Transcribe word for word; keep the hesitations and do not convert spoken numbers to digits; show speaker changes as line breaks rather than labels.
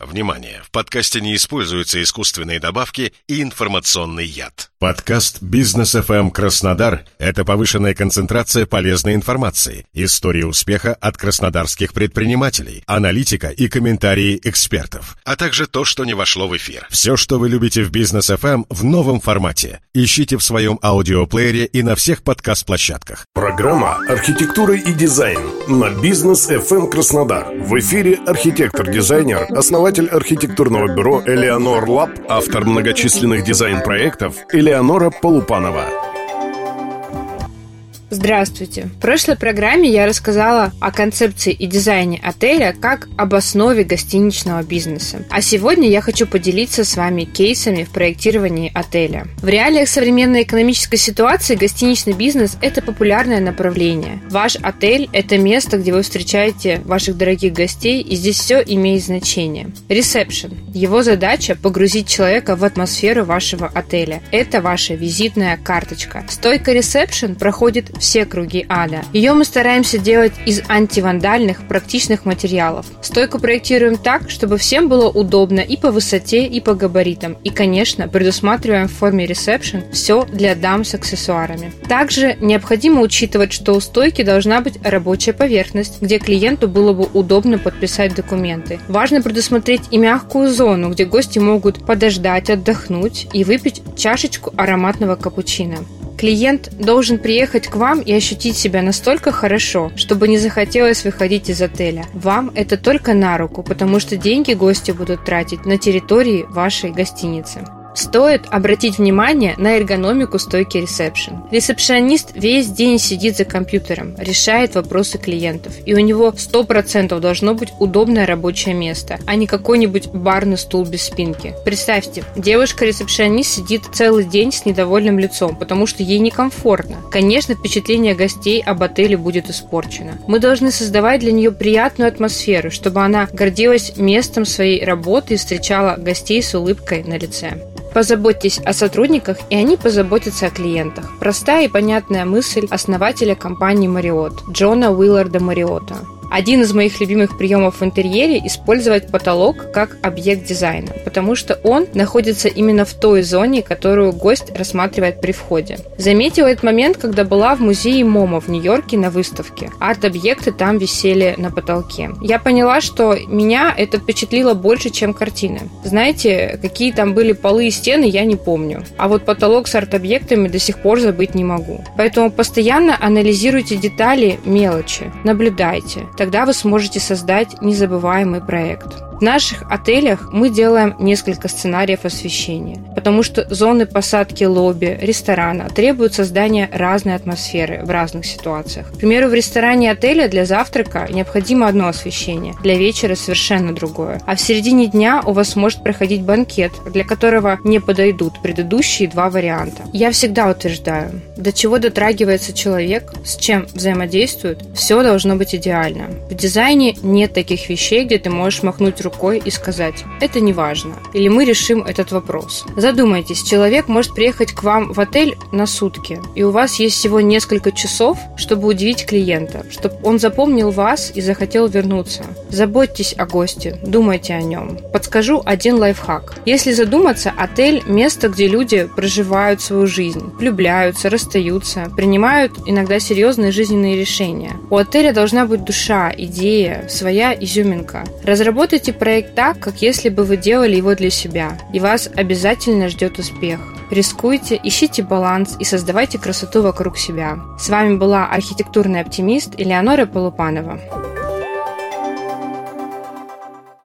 Внимание! В подкасте не используются искусственные добавки и информационный яд.
Подкаст «Бизнес эф эм Краснодар» — это повышенная концентрация полезной информации, истории успеха от краснодарских предпринимателей, аналитика и комментарии экспертов,
А также то, что не вошло в эфир.
все, что вы любите в «Бизнес эф эм» в новом формате. Ищите в своем аудиоплеере и на всех подкаст-площадках.
Программа «Архитектура и дизайн» на «Бизнес эф эм Краснодар». В эфире архитектор-дизайнер, основатель архитектурного бюро «Элеонор Лаб», автор многочисленных дизайн-проектов Элеонора Полупанова.
Здравствуйте! В прошлой программе я рассказала о концепции и дизайне отеля как об основе гостиничного бизнеса. А сегодня я хочу поделиться с вами кейсами в проектировании отеля. В реалиях современной экономической ситуации гостиничный бизнес – это популярное направление. Ваш отель – это место, где вы встречаете ваших дорогих гостей, и здесь все имеет значение. Ресепшн. Его задача – погрузить человека в атмосферу вашего отеля. Это ваша визитная карточка. Стойка ресепшн проходит все круги ада. Ее мы стараемся делать из антивандальных, практичных материалов. Стойку проектируем так, чтобы всем было удобно и по высоте, и по габаритам. И, конечно, предусматриваем в форме ресепшн все для дам с аксессуарами. Также необходимо учитывать, что у стойки должна быть рабочая поверхность, где клиенту было бы удобно подписать документы. Важно предусмотреть и мягкую зону, где гости могут подождать, отдохнуть и выпить чашечку ароматного капучино. Клиент должен приехать к вам и ощутить себя настолько хорошо, чтобы не захотелось выходить из отеля. Вам это только на руку, потому что деньги гости будут тратить на территории вашей гостиницы. Стоит обратить внимание на эргономику стойки ресепшн. Ресепшионист весь день сидит за компьютером, решает вопросы клиентов, и у него сто процентов должно быть удобное рабочее место, а не какой-нибудь барный стул без спинки. Представьте, девушка-ресепшионист сидит целый день с недовольным лицом, потому что ей некомфортно. Конечно, впечатление гостей об отеле будет испорчено. Мы должны создавать для нее приятную атмосферу, чтобы она гордилась местом своей работы и встречала гостей с улыбкой на лице. Позаботьтесь о сотрудниках, и они позаботятся о клиентах. Простая и понятная мысль основателя компании Marriott, Джона Уилларда Марриотта. Один из моих любимых приемов в интерьере – использовать потолок как объект дизайна, потому что он находится именно в той зоне, которую гость рассматривает при входе. Заметила этот момент, когда была в музее МоМА в Нью-Йорке на выставке. Арт-объекты там висели на потолке. Я поняла, что меня это впечатлило больше, чем картины. Знаете, какие там были полы и стены, я не помню. А вот потолок с арт-объектами до сих пор забыть не могу. Поэтому постоянно анализируйте детали, мелочи, наблюдайте. Тогда вы сможете создать незабываемый проект. В наших отелях мы делаем несколько сценариев освещения, потому что зоны посадки лобби, ресторана требуют создания разной атмосферы в разных ситуациях. К примеру, в ресторане отеля для завтрака необходимо одно освещение, для вечера совершенно другое. А в середине дня у вас может проходить банкет, для которого не подойдут предыдущие два варианта. Я всегда утверждаю, до чего дотрагивается человек, с чем взаимодействует, все должно быть идеально. В дизайне нет таких вещей, где ты можешь махнуть рукой и сказать: это не важно, или мы решим этот вопрос. Задумайтесь, человек может приехать к вам в отель на сутки, и у вас есть всего несколько часов, чтобы удивить клиента, чтобы он запомнил вас и захотел вернуться. Заботьтесь о госте, думайте о нем. Подскажу один лайфхак. Если задуматься, отель – место, где люди проживают свою жизнь, влюбляются, расстаются, принимают иногда серьезные жизненные решения. У отеля должна быть душа, идея, своя изюминка. Разработайте проект так, как если бы вы делали его для себя, и вас обязательно ждет успех. Рискуйте, ищите баланс и создавайте красоту вокруг себя. С вами была архитектурный оптимист Элеонора Полупанова.